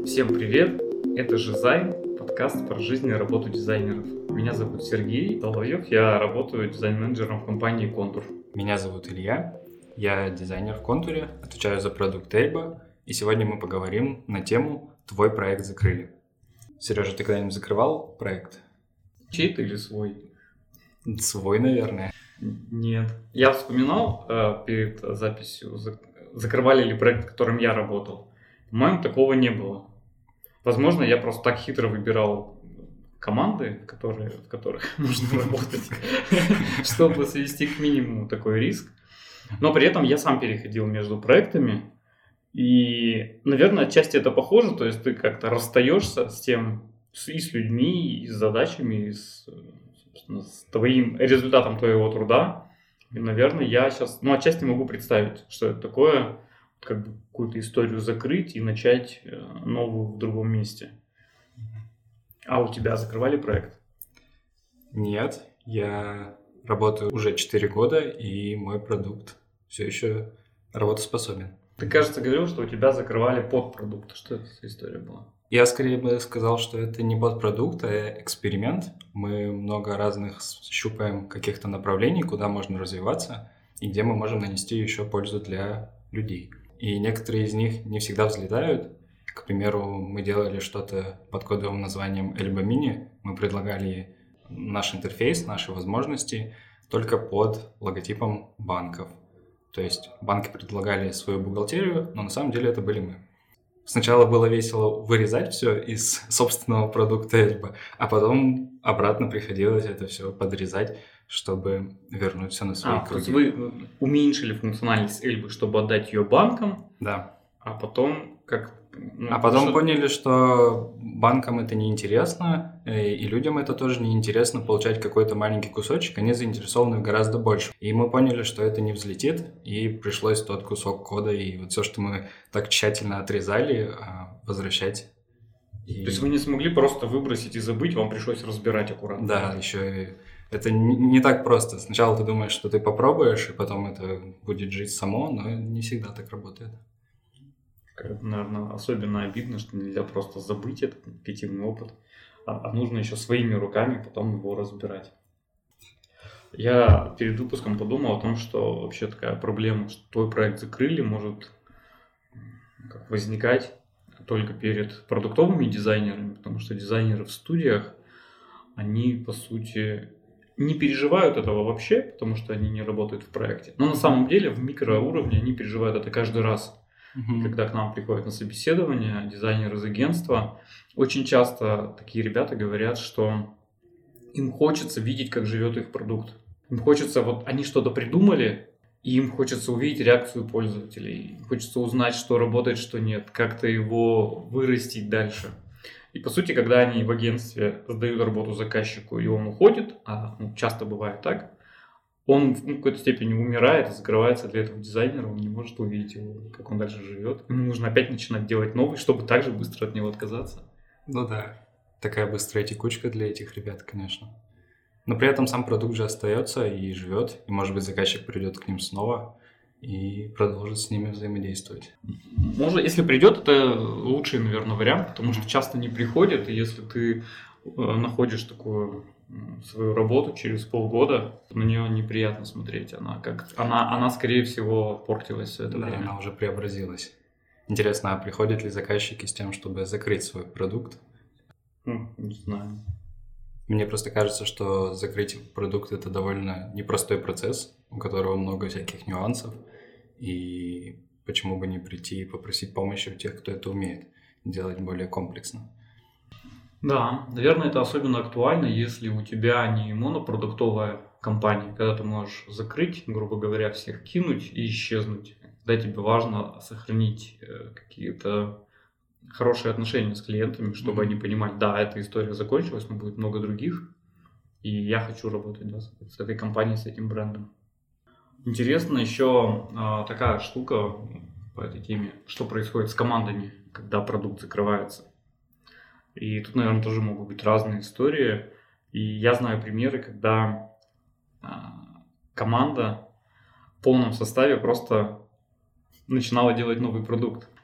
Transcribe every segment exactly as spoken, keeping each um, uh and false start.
Всем привет! Это Жизайн, подкаст про жизнь и работу дизайнеров. Меня зовут Сергей Соловьев, я работаю дизайн-менеджером в компании Контур. Меня зовут Илья, я дизайнер в Контуре, отвечаю за продукт Эльба, и сегодня мы поговорим на тему «Твой проект закрыли». Сережа, ты когда-нибудь закрывал проект? Чей-то или свой? Свой, наверное. Нет. Я вспоминал э, перед записью, закрывали ли проект, в котором я работал. По-моему, такого не было. Возможно, я просто так хитро выбирал команды, которые, в которых можно работать, чтобы свести к минимуму такой риск. Но при этом я сам переходил между проектами. И, наверное, отчасти это похоже. То есть ты как-то расстаешься с тем, и с людьми, и с задачами, и с, собственно, с твоим результатом твоего труда. И, наверное, я сейчас, ну, отчасти могу представить, что это такое, как бы какую-то историю закрыть и начать новую в другом месте. А у тебя закрывали проект? Нет, я работаю уже четыре года, и мой продукт все еще работоспособен. Ты, кажется, говорил, что у тебя закрывали подпродукт. Что это за история была? Я скорее бы сказал, что это не подпродукт, а эксперимент. Мы много разных щупаем каких-то направлений, куда можно развиваться, и где мы можем нанести еще пользу для людей. И некоторые из них не всегда взлетают. К примеру, мы делали что-то под кодовым названием Эльба Mini. Мы предлагали наш интерфейс, наши возможности только под логотипом банков. То есть банки предлагали свою бухгалтерию, но на самом деле это были мы. Сначала было весело вырезать все из собственного продукта Эльба, а потом обратно приходилось это все подрезать, чтобы вернуть все на свои а, круги. То есть вы уменьшили функциональность Эльбы, чтобы отдать ее банкам, да. а потом как... Ну, а потом что... поняли, что банкам это неинтересно, и людям это тоже неинтересно получать какой-то маленький кусочек, они заинтересованы в гораздо больше. И мы поняли, что это не взлетит, и пришлось тот кусок кода, и вот все, что мы так тщательно отрезали, возвращать. И... То есть вы не смогли просто выбросить и забыть, вам пришлось разбирать аккуратно? Да, еще и... Это не так просто. Сначала ты думаешь, что ты попробуешь, и потом это будет жить само, но не всегда так работает. Наверное, особенно обидно, что нельзя просто забыть этот негативный опыт, а нужно еще своими руками потом его разбирать. Я перед выпуском подумал о том, что вообще такая проблема, что твой проект закрыли, может возникать только перед продуктовыми дизайнерами, потому что дизайнеры в студиях, они, по сути, не переживают этого вообще, потому что они не работают в проекте. Но на самом деле в микроуровне они переживают это каждый раз. Uh-huh. Когда к нам приходят на собеседование дизайнеры из агентства, очень часто такие ребята говорят, что им хочется видеть, как живет их продукт. Им хочется, вот они что-то придумали, и им хочется увидеть реакцию пользователей. Им хочется узнать, что работает, что нет, как-то его вырастить дальше. И по сути, когда они в агентстве сдают работу заказчику, и он уходит, а ну, часто бывает так, он в какой-то степени умирает и закрывается для этого дизайнера, он не может увидеть его, как он дальше живет. Ему нужно опять начинать делать новый, чтобы так же быстро от него отказаться. Ну да, такая быстрая текучка для этих ребят, конечно. Но при этом сам продукт же остается и живет, и, может быть, заказчик придет к ним снова и продолжит с ними взаимодействовать. Может, если придет, это лучший, наверное, вариант, потому что часто не приходит, и если ты находишь такую... свою работу через полгода, на нее неприятно смотреть. Она, как, она, она скорее всего, портилась все это да, время. Она уже преобразилась. Интересно, а приходят ли заказчики с тем, чтобы закрыть свой продукт? Mm, не знаю. Мне просто кажется, что закрыть продукт – это довольно непростой процесс, у которого много всяких нюансов, и почему бы не прийти и попросить помощи у тех, кто это умеет, делать более комплексно. Да, наверное, это особенно актуально, если у тебя не монопродуктовая компания, когда ты можешь закрыть, грубо говоря, всех кинуть и исчезнуть. Когда тебе важно сохранить какие-то хорошие отношения с клиентами, чтобы mm-hmm. они понимали, да, эта история закончилась, но будет много других, и я хочу работать да, с этой компанией, с этим брендом. Интересно еще а, такая штука по этой теме, что происходит с командами, когда продукт закрывается. И тут, наверное, тоже могут быть разные истории. И я знаю примеры, когда а, команда в полном составе просто начинала делать новый продукт.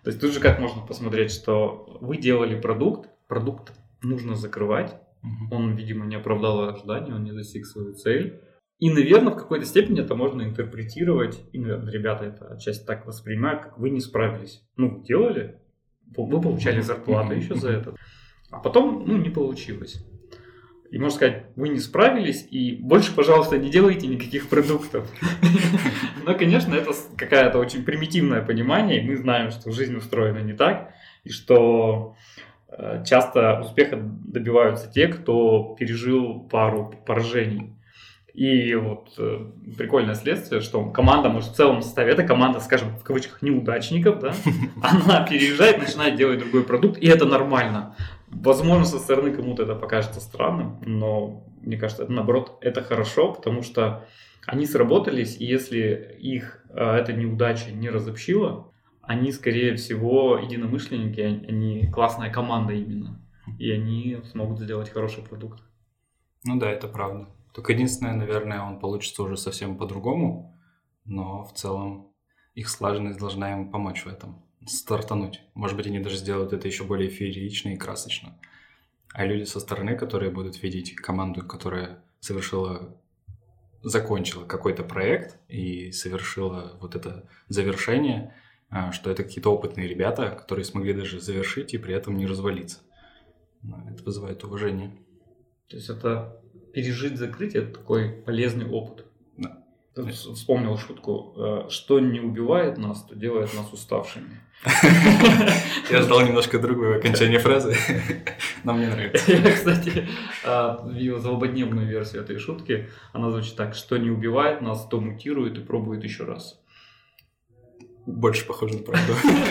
То есть тут же как можно посмотреть, что вы делали продукт, продукт нужно закрывать, uh-huh. он, видимо, не оправдал ожидания, он не достиг свою цель. И, наверное, в какой-то степени это можно интерпретировать, и, наверное, ребята это отчасти так воспринимают, как вы не справились. Ну, делали, вы получали зарплату uh-huh. еще за это, а потом, ну, не получилось. И можно сказать, вы не справились, и больше, пожалуйста, не делайте никаких продуктов. Но, конечно, это какое-то очень примитивное понимание, и мы знаем, что жизнь устроена не так, и что часто успеха добиваются те, кто пережил пару поражений. И вот э, прикольное следствие, что команда может в целом составе, это команда, скажем, в кавычках, неудачников, да, она переезжает, начинает делать другой продукт, и это нормально. Возможно, со стороны кому-то это покажется странным, но мне кажется, это, наоборот, это хорошо, потому что они сработались, и если их э, эта неудача не разобщила, они, скорее всего, единомышленники, они классная команда именно, и они смогут сделать хороший продукт. Ну да, это правда. Только единственное, наверное, он получится уже совсем по-другому, но в целом их слаженность должна им помочь в этом, стартануть. Может быть, они даже сделают это еще более феерично и красочно. А люди со стороны, которые будут видеть команду, которая совершила, закончила какой-то проект и совершила вот это завершение, что это какие-то опытные ребята, которые смогли даже завершить и при этом не развалиться. Это вызывает уважение. То есть это... Пережить закрытие – это такой полезный опыт. Да. Вспомнил шутку. Что не убивает нас, то делает нас уставшими. Я ждал немножко другое окончание фразы, но мне нравится. Я, кстати, видел злободневную версию этой шутки. Она звучит так: что не убивает нас, то мутирует и пробует еще раз. Больше похоже на правду.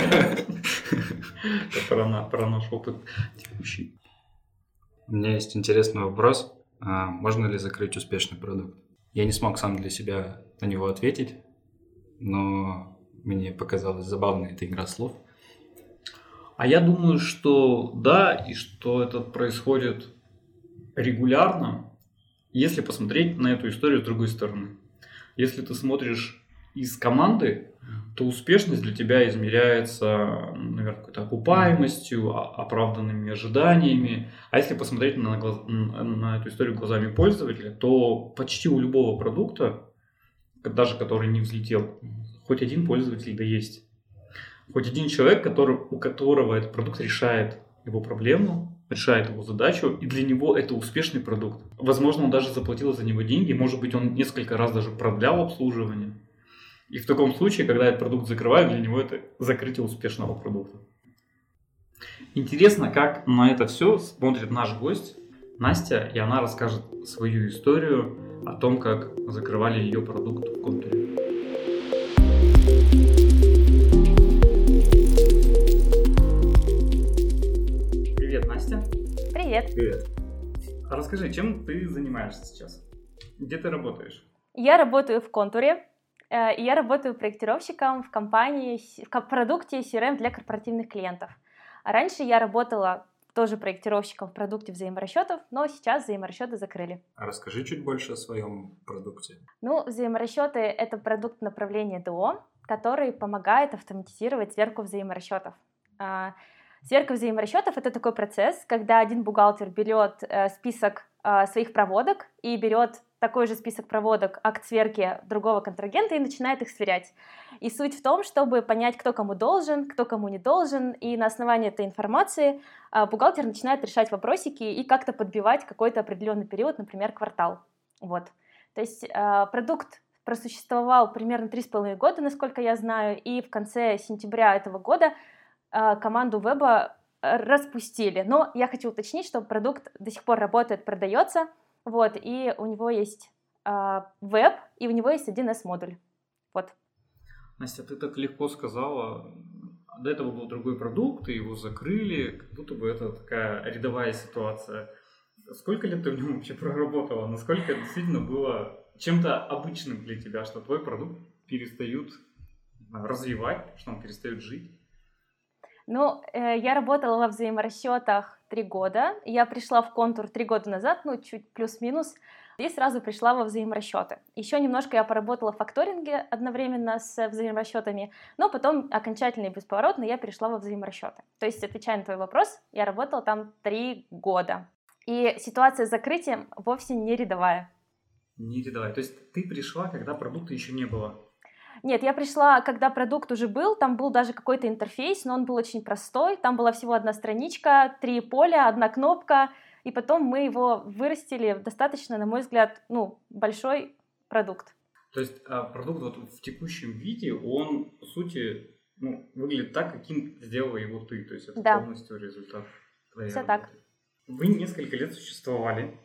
Это про наш опыт текущий. У меня есть интересный вопрос. А можно ли закрыть успешный продукт? Я не смог сам для себя на него ответить, но мне показалась забавной эта игра слов. А я думаю, что да, и что это происходит регулярно, если посмотреть на эту историю с другой стороны. Если ты смотришь из команды, то успешность для тебя измеряется, наверное, какой-то окупаемостью, оправданными ожиданиями. А если посмотреть на, глаз... на эту историю глазами пользователя, то почти у любого продукта, даже который не взлетел, хоть один пользователь да есть. Хоть один человек, который, у которого этот продукт решает его проблему, решает его задачу, и для него это успешный продукт. Возможно, он даже заплатил за него деньги, может быть, он несколько раз даже продлял обслуживание. И в таком случае, когда этот продукт закрывают, для него это закрытие успешного продукта. Интересно, как на это все смотрит наш гость Настя, и она расскажет свою историю о том, как закрывали ее продукт в Контуре. Привет, Настя. Привет. Привет. А расскажи, чем ты занимаешься сейчас? Где ты работаешь? Я работаю в Контуре. И я работаю проектировщиком в компании, в продукте си эр эм для корпоративных клиентов. А раньше я работала тоже проектировщиком в продукте взаиморасчетов, но сейчас взаиморасчеты закрыли. А расскажи чуть больше о своем продукте. Ну, взаиморасчеты — это продукт направления ди о, который помогает автоматизировать сверку взаиморасчетов. Сверка взаиморасчетов — это такой процесс, когда один бухгалтер берет список своих проводок и берет такой же список проводок, акт сверки другого контрагента и начинает их сверять. И суть в том, чтобы понять, кто кому должен, кто кому не должен, и на основании этой информации бухгалтер начинает решать вопросики и как-то подбивать какой-то определенный период, например, квартал. Вот. То есть продукт просуществовал примерно три с половиной года, насколько я знаю, и в конце сентября этого года команду веба распустили. Но я хочу уточнить, что продукт до сих пор работает, продается, вот, и у него есть э, веб, и у него есть один эс-модуль. Вот. Настя, ты так легко сказала, до этого был другой продукт, и его закрыли, как будто бы это такая рядовая ситуация. Сколько лет ты в нем вообще проработала? Насколько это действительно было чем-то обычным для тебя, что твой продукт перестают развивать, что он перестает жить? Ну, э, я работала во взаиморасчетах три года. Я пришла в Контур три года назад, ну, чуть плюс-минус. И сразу пришла во взаиморасчеты. Еще немножко я поработала в факторинге одновременно с взаиморасчетами, но потом окончательно и бесповоротно я перешла во взаиморасчеты. То есть, отвечая на твой вопрос, я работала там три года. И ситуация с закрытием вовсе не рядовая. Не рядовая. То есть ты пришла, когда продукта еще не было? Нет, я пришла, когда продукт уже был, там был даже какой-то интерфейс, но он был очень простой, там была всего одна страничка, три поля, одна кнопка, и потом мы его вырастили в достаточно, на мой взгляд, ну, большой продукт. То есть продукт вот в текущем виде, он, по сути, ну, выглядит так, каким сделала его ты, то есть это да. полностью результат твоей Все работы. Так. Вы несколько лет существовали,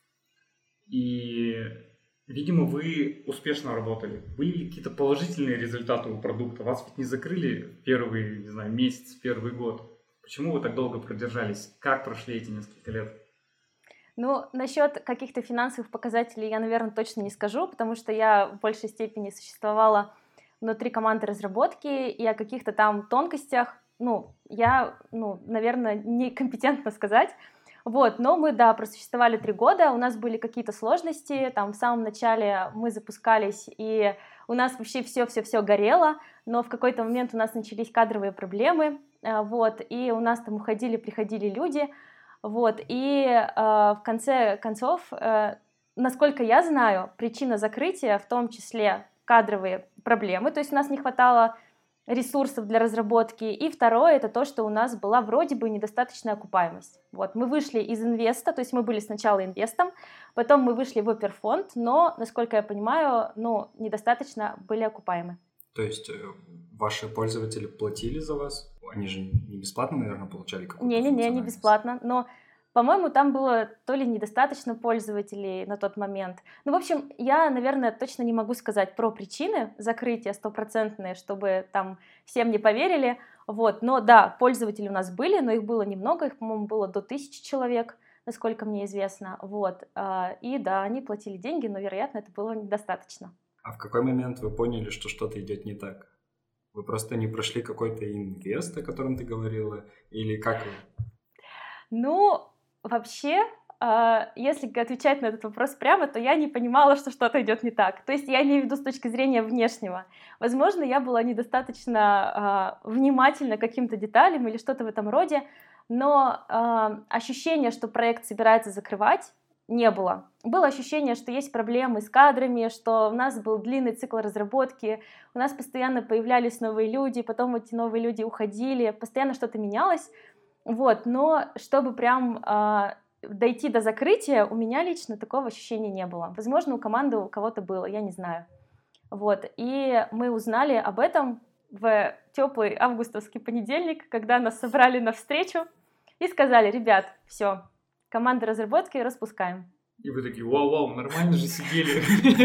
и, видимо, вы успешно работали. Были ли какие-то положительные результаты у продукта? Вас ведь не закрыли в первый, не знаю, месяц, первый год. Почему вы так долго продержались? Как прошли эти несколько лет? Ну, насчет каких-то финансовых показателей я, наверное, точно не скажу, потому что я в большей степени существовала внутри команды разработки, и о каких-то там тонкостях, ну, я, ну, наверное, некомпетентна сказать. Вот, но мы, да, просуществовали три года, у нас были какие-то сложности, там в самом начале мы запускались, и у нас вообще все-все-все горело, но в какой-то момент у нас начались кадровые проблемы, вот, и у нас там уходили, приходили люди, вот, и э, в конце концов, э, насколько я знаю, причина закрытия в том числе кадровые проблемы, то есть у нас не хватало ресурсов для разработки, и второе, это то, что у нас была вроде бы недостаточная окупаемость. Вот, мы вышли из инвеста, то есть мы были сначала инвестом, потом мы вышли в оперфонд, но, насколько я понимаю, ну, недостаточно были окупаемы. То есть ваши пользователи платили за вас? Они же не бесплатно, наверное, получали какую-то Не-не-не, не бесплатно, но, по-моему, там было то ли недостаточно пользователей на тот момент. Ну, в общем, я, наверное, точно не могу сказать про причины закрытия стопроцентные, чтобы там всем не поверили. Вот, но да, пользователи у нас были, но их было немного, их, по-моему, было до тысячи человек, насколько мне известно. Вот, и да, они платили деньги, но, вероятно, это было недостаточно. А в какой момент вы поняли, что что-то идет не так? Вы просто не прошли какой-то инвест, о котором ты говорила, или как вы? Ну, вообще, если отвечать на этот вопрос прямо, то я не понимала, что что-то идет не так. То есть я имею в виду с точки зрения внешнего. Возможно, я была недостаточно внимательна к каким-то деталям или что-то в этом роде, но ощущение, что проект собирается закрывать, не было. Было ощущение, что есть проблемы с кадрами, что у нас был длинный цикл разработки, у нас постоянно появлялись новые люди, потом эти новые люди уходили, постоянно что-то менялось. Вот, но чтобы прям э, дойти до закрытия, у меня лично такого ощущения не было. Возможно, у команды у кого-то было, я не знаю. Вот, и мы узнали об этом в теплый августовский понедельник, когда нас собрали на встречу и сказали: ребят, все, команду разработки распускаем. И вы такие: вау-вау, нормально же сидели.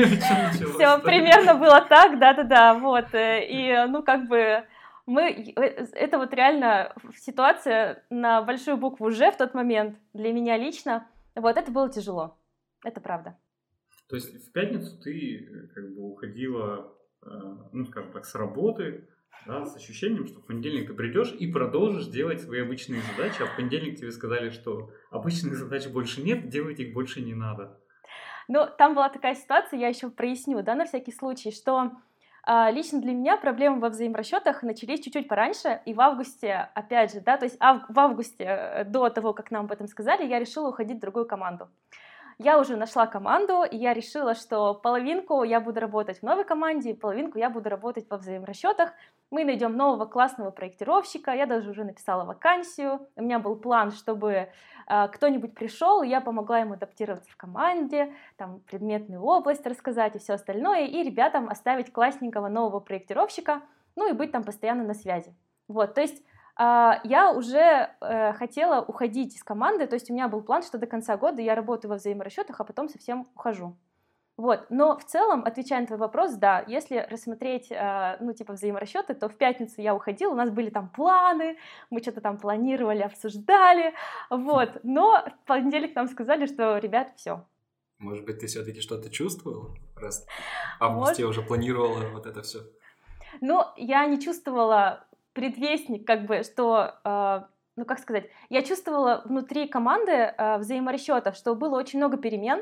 Все примерно было так, да-да-да, вот. И, ну, как бы, мы, это вот реально ситуация на большую букву «Ж» в тот момент, для меня лично, вот, это было тяжело, это правда. То есть в пятницу ты как бы уходила, ну, скажем так, с работы, да, с ощущением, что в понедельник ты придешь и продолжишь делать свои обычные задачи, а в понедельник тебе сказали, что обычных задач больше нет, делать их больше не надо. Ну, там была такая ситуация, я еще проясню, да, на всякий случай, что э, лично для меня проблемы во взаиморасчетах начались чуть-чуть пораньше, и в августе, опять же, да, то есть ав- в августе, до того, как нам об этом сказали, я решила уходить в другую команду. Я уже нашла команду, и я решила, что половинку я буду работать в новой команде, половинку я буду работать во взаиморасчетах. Мы найдем нового классного проектировщика, я даже уже написала вакансию. У меня был план, чтобы э, кто-нибудь пришел, и я помогла ему адаптироваться в команде, там, предметную область рассказать и все остальное, и ребятам оставить классненького нового проектировщика, ну и быть там постоянно на связи. Вот, то есть я уже э, хотела уходить из команды, то есть у меня был план, что до конца года я работаю во взаиморасчетах, а потом совсем ухожу. Вот. Но в целом, отвечая на твой вопрос, да, если рассмотреть, э, ну, типа, взаиморасчеты, то в пятницу я уходила, у нас были там планы, мы что-то там планировали, обсуждали, вот. Но в понедельник нам сказали, что, ребят, все. Может быть, ты все-таки что-то чувствовала, раз в августе Может... уже планировала вот это все? Ну, я не чувствовала... предвестник, как бы, что, э, ну, как сказать, я чувствовала внутри команды э, взаиморасчетов, что было очень много перемен,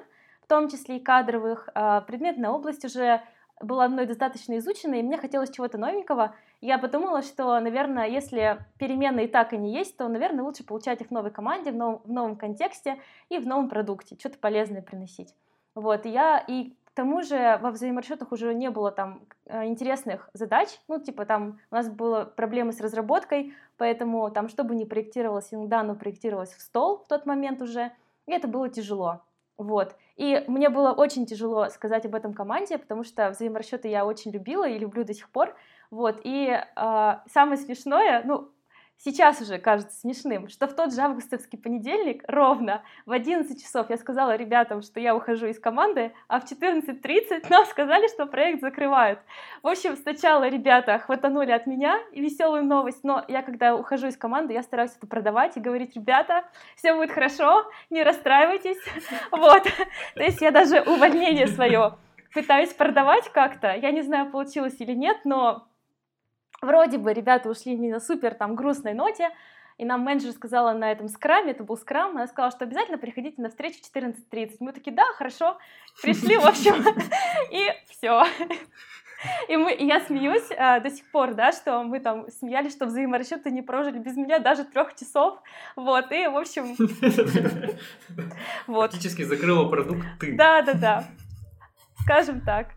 в том числе и кадровых. Предметная область уже была мной достаточно изучена, и мне хотелось чего-то новенького. Я подумала, что, наверное, если переменные так и не есть, то, наверное, лучше получать их в новой команде, в новом, в новом контексте и в новом продукте, что-то полезное приносить. Вот, и я, и к тому же во взаиморасчетах уже не было там интересных задач, ну, типа там у нас были проблемы с разработкой, поэтому там, что бы ни проектировалось, иногда оно проектировалось в стол в тот момент уже, и это было тяжело. Вот. И мне было очень тяжело сказать об этом команде, потому что взаиморасчеты я очень любила и люблю до сих пор. Вот. И э, самое смешное, ну, сейчас уже кажется смешным, что в тот же августовский понедельник ровно в одиннадцать часов я сказала ребятам, что я ухожу из команды, а в четырнадцать тридцать нам сказали, что проект закрывают. В общем, сначала ребята хватанули от меня веселую новость, но я, когда ухожу из команды, я стараюсь это продавать и говорить: ребята, все будет хорошо, не расстраивайтесь. Вот. То есть я даже увольнение свое пытаюсь продавать как-то. Я не знаю, получилось или нет, но вроде бы ребята ушли не на супер там грустной ноте, и нам менеджер сказала на этом скраме, это был скрам, она сказала, что обязательно приходите на встречу в четырнадцать тридцать. Мы такие: да, хорошо, пришли, в общем, и все. И, мы, и я смеюсь а, до сих пор, да, что мы там смеялись, что взаиморасчеты не прожили без меня даже трех часов, вот, и, в общем... Фактически закрыла продукт ты. Да-да-да, скажем так.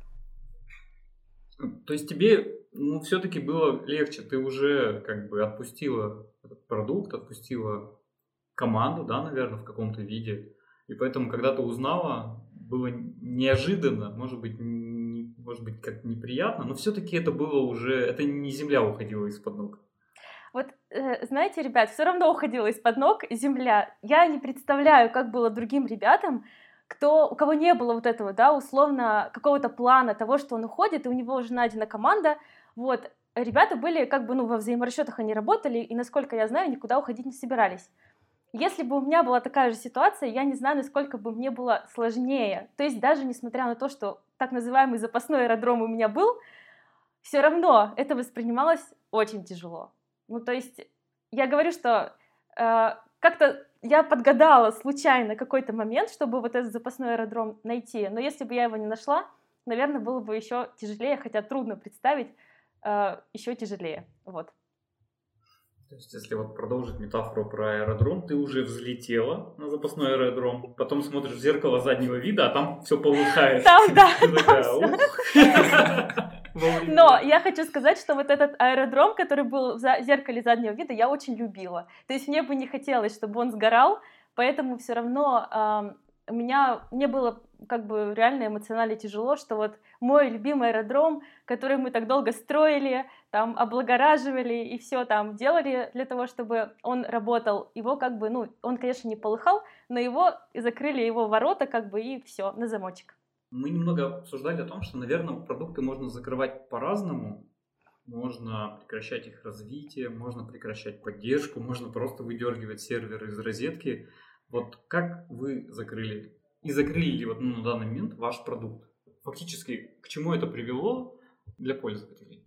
То есть тебе, ну, все-таки было легче, ты уже как бы отпустила этот продукт, отпустила команду, да, наверное, в каком-то виде, и поэтому, когда ты узнала, было неожиданно, может быть, не, может быть, как неприятно, но все-таки это было уже, это не земля уходила из-под ног. Вот, э, знаете, ребят, все равно уходила из-под ног земля. Я не представляю, как было другим ребятам, кто, у кого не было вот этого, да, условно, какого-то плана того, что он уходит, и у него уже найдена команда, вот, ребята были, как бы, ну, во взаиморасчетах они работали, и, насколько я знаю, никуда уходить не собирались. Если бы у меня была такая же ситуация, я не знаю, насколько бы мне было сложнее. То есть даже несмотря на то, что так называемый запасной аэродром у меня был, все равно это воспринималось очень тяжело. Ну, то есть я говорю, что э, как-то я подгадала случайно какой-то момент, чтобы вот этот запасной аэродром найти, но если бы я его не нашла, наверное, было бы еще тяжелее, хотя трудно представить, э, еще тяжелее, вот. То есть, если вот продолжить метафору про аэродром, ты уже взлетела на запасной аэродром, потом смотришь в зеркало заднего вида, а там все полыхает. Там, да, но я хочу сказать, что вот этот аэродром, который был в зеркале заднего вида, я очень любила. То есть мне бы не хотелось, чтобы он сгорал, поэтому все равно э, меня, мне было как бы реально эмоционально тяжело, что вот мой любимый аэродром, который мы так долго строили, там облагораживали и все там делали для того, чтобы он работал, его как бы, ну, он, конечно, не полыхал, но его закрыли, его ворота как бы и все, на замочек. Мы немного обсуждали о том, что, наверное, продукты можно закрывать по-разному. Можно прекращать их развитие, можно прекращать поддержку, можно просто выдергивать сервер из розетки. Вот как вы закрыли? И закрыли ли вот, ну, на данный момент ваш продукт? Фактически, к чему это привело для пользователей?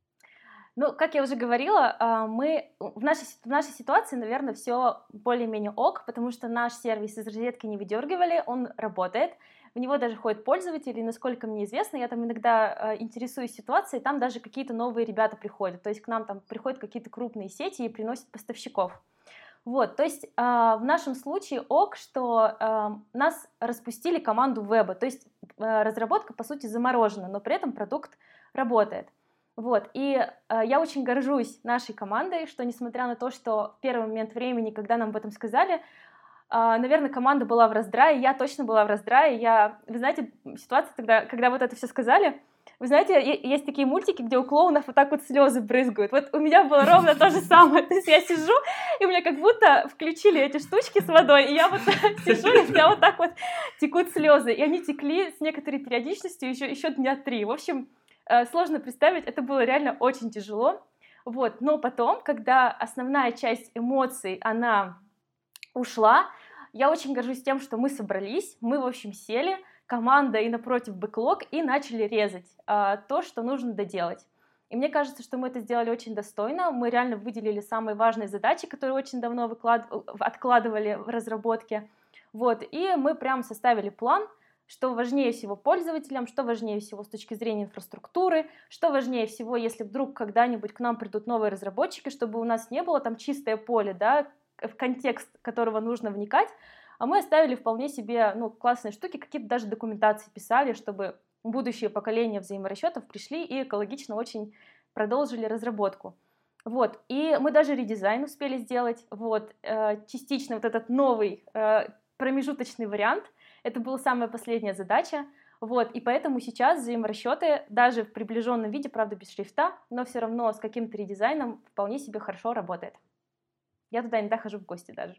Ну, как я уже говорила, мы, в, нашей, в нашей ситуации, наверное, все более-менее ок, потому что наш сервис из розетки не выдергивали, он работает. В него даже ходят пользователи, и, насколько мне известно, я там иногда э, интересуюсь ситуацией, там даже какие-то новые ребята приходят, то есть к нам там приходят какие-то крупные сети и приносят поставщиков. Вот, то есть э, в нашем случае ок, что э, нас распустили команду веба, то есть э, разработка, по сути, заморожена, но при этом продукт работает. Вот, и э, я очень горжусь нашей командой, что несмотря на то, что в первый момент времени, когда нам об этом сказали, Uh, наверное, команда была в раздрае, я точно была в раздрае. Я, вы знаете, ситуация тогда, когда вот это все сказали, вы знаете, есть такие мультики, где у клоунов вот так вот слезы брызгают. Вот у меня было ровно то же самое. То есть я сижу, и у меня как будто включили эти штучки с водой, и я вот сижу, и у меня вот так вот текут слезы. И они текли с некоторой периодичностью еще, еще дня три. В общем, сложно представить, это было реально очень тяжело. Вот. Но потом, когда основная часть эмоций, она ушла, я очень горжусь тем, что мы собрались, мы, в общем, сели, команда и напротив бэклог, и начали резать а, то, что нужно доделать. И мне кажется, что мы это сделали очень достойно, мы реально выделили самые важные задачи, которые очень давно выклад... откладывали в разработке, вот, и мы прям составили план, что важнее всего пользователям, что важнее всего с точки зрения инфраструктуры, что важнее всего, если вдруг когда-нибудь к нам придут новые разработчики, чтобы у нас не было там чистое поле, да, в контекст которого нужно вникать, а мы оставили вполне себе, ну, классные штуки, какие-то даже документации писали, чтобы будущее поколение взаиморасчетов пришли и экологично очень продолжили разработку. Вот, и мы даже редизайн успели сделать, вот, э, частично вот этот новый э, промежуточный вариант, это была самая последняя задача, вот, и поэтому сейчас взаиморасчеты даже в приближенном виде, правда, без шрифта, но все равно с каким-то редизайном вполне себе хорошо работает. Я туда иногда хожу в гости даже.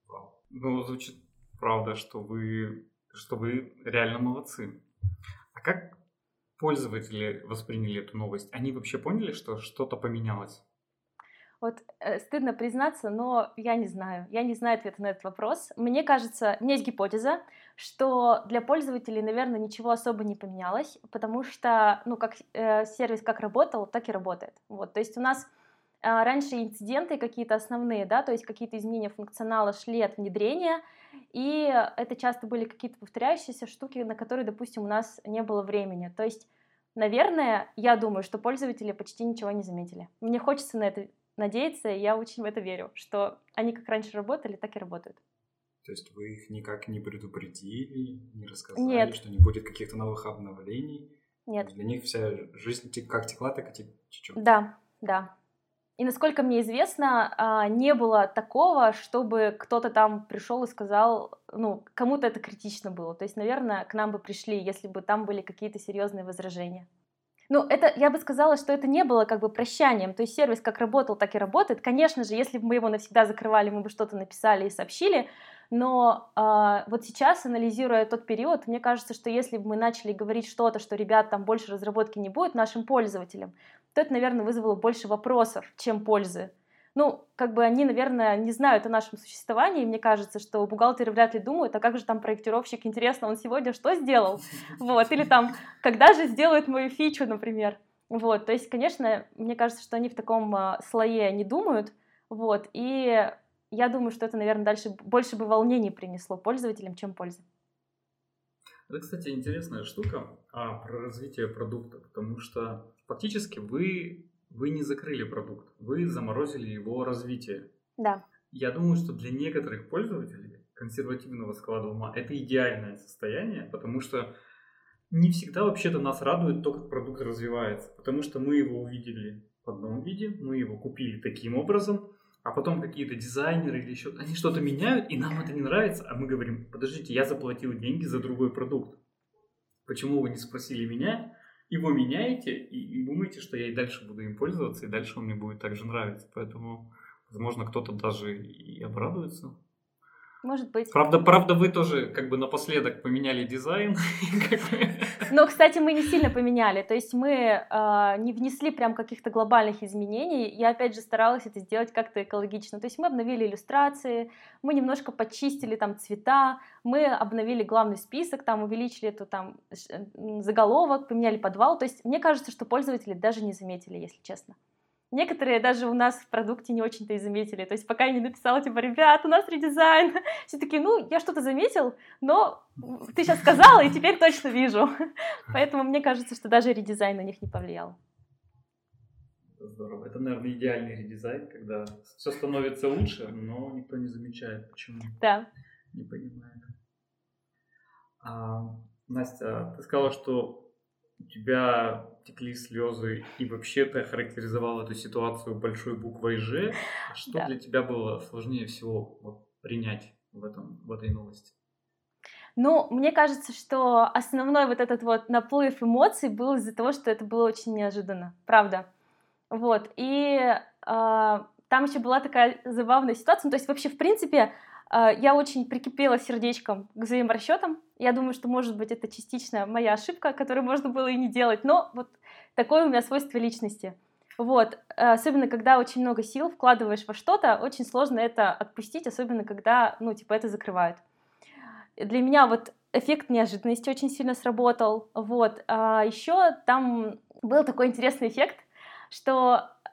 Ну, звучит правда, что вы, что вы реально молодцы. А как пользователи восприняли эту новость? Они вообще поняли, что что-то поменялось? Вот э, стыдно признаться, но я не знаю. Я не знаю ответа на этот вопрос. Мне кажется, у меня есть гипотеза, что для пользователей, наверное, ничего особо не поменялось, потому что, ну, как э, сервис как работал, так и работает. Вот, то есть у нас э, раньше инциденты какие-то основные, да, то есть какие-то изменения функционала шли от внедрения, и это часто были какие-то повторяющиеся штуки, на которые, допустим, у нас не было времени. То есть, наверное, я думаю, что пользователи почти ничего не заметили. Мне хочется на это надеяться, и я очень в это верю, что они как раньше работали, так и работают. То есть вы их никак не предупредили, не рассказали, Нет. что не будет каких-то новых обновлений? Нет. Для них вся жизнь как текла, так и течет. Да, да. И насколько мне известно, не было такого, чтобы кто-то там пришел и сказал, ну, кому-то это критично было. То есть, наверное, к нам бы пришли, если бы там были какие-то серьезные возражения. Ну, это, я бы сказала, что это не было как бы прощанием, то есть сервис как работал, так и работает. Конечно же, если бы мы его навсегда закрывали, мы бы что-то написали и сообщили, но э, вот сейчас, анализируя тот период, мне кажется, что если бы мы начали говорить что-то, что, ребят, там больше разработки не будет нашим пользователям, то это, наверное, вызвало больше вопросов, чем пользы. Ну, как бы они, наверное, не знают о нашем существовании, и мне кажется, что бухгалтеры вряд ли думают, а как же там проектировщик, интересно, он сегодня что сделал? Вот, или там, когда же сделают мою фичу, например. Вот, то есть, конечно, мне кажется, что они в таком а, слое не думают, вот, и я думаю, что это, наверное, дальше больше бы волнений принесло пользователям, чем пользы. Это, кстати, интересная штука а, про развитие продукта, потому что фактически вы... Вы не закрыли продукт, вы заморозили его развитие. Да. Я думаю, что для некоторых пользователей консервативного склада ума это идеальное состояние, потому что не всегда вообще-то нас радует то, как продукт развивается, потому что мы его увидели в одном виде, мы его купили таким образом, а потом какие-то дизайнеры или еще, они что-то меняют, и нам это не нравится, а мы говорим, подождите, я заплатил деньги за другой продукт. Почему вы не спросили меня? Его меняете и, и думаете, что я и дальше буду им пользоваться, и дальше он мне будет также нравиться. Поэтому, возможно, кто-то даже и обрадуется. Может быть. Правда, правда, вы тоже как бы напоследок поменяли дизайн. Но, кстати, мы не сильно поменяли. То есть мы э, не внесли прям каких-то глобальных изменений. Я, опять же, старалась это сделать как-то экологично. То есть мы обновили иллюстрации, мы немножко почистили там цвета, мы обновили главный список, там увеличили эту там заголовок, поменяли подвал. То есть мне кажется, что пользователи даже не заметили, если честно. Некоторые даже у нас в продукте не очень-то и заметили. То есть пока я не написала, типа, ребят, у нас редизайн. Все такие, ну, я что-то заметил, но ты сейчас сказала, и теперь точно вижу. Поэтому мне кажется, что даже редизайн на них не повлиял. Здорово. Это, наверное, идеальный редизайн, когда все становится лучше, но никто не замечает, почему. Да. Не понимает. А, Настя, ты сказала, что у тебя текли слезы, и вообще ты охарактеризовала эту ситуацию большой буквой «Ж». Что Да. для тебя было сложнее всего вот, принять в, этом, в этой новости? Ну, мне кажется, что основной вот этот вот наплыв эмоций был из-за того, что это было очень неожиданно, правда. Вот, и э, там еще была такая забавная ситуация, ну, то есть вообще, в принципе, я очень прикипела сердечком к взаиморасчетам. Я думаю, что, может быть, это частично моя ошибка, которую можно было и не делать, но вот такое у меня свойство личности. Вот. Особенно, когда очень много сил вкладываешь во что-то, очень сложно это отпустить, особенно, когда, ну, типа, это закрывают. Для меня вот эффект неожиданности очень сильно сработал. Вот. А еще там был такой интересный эффект, что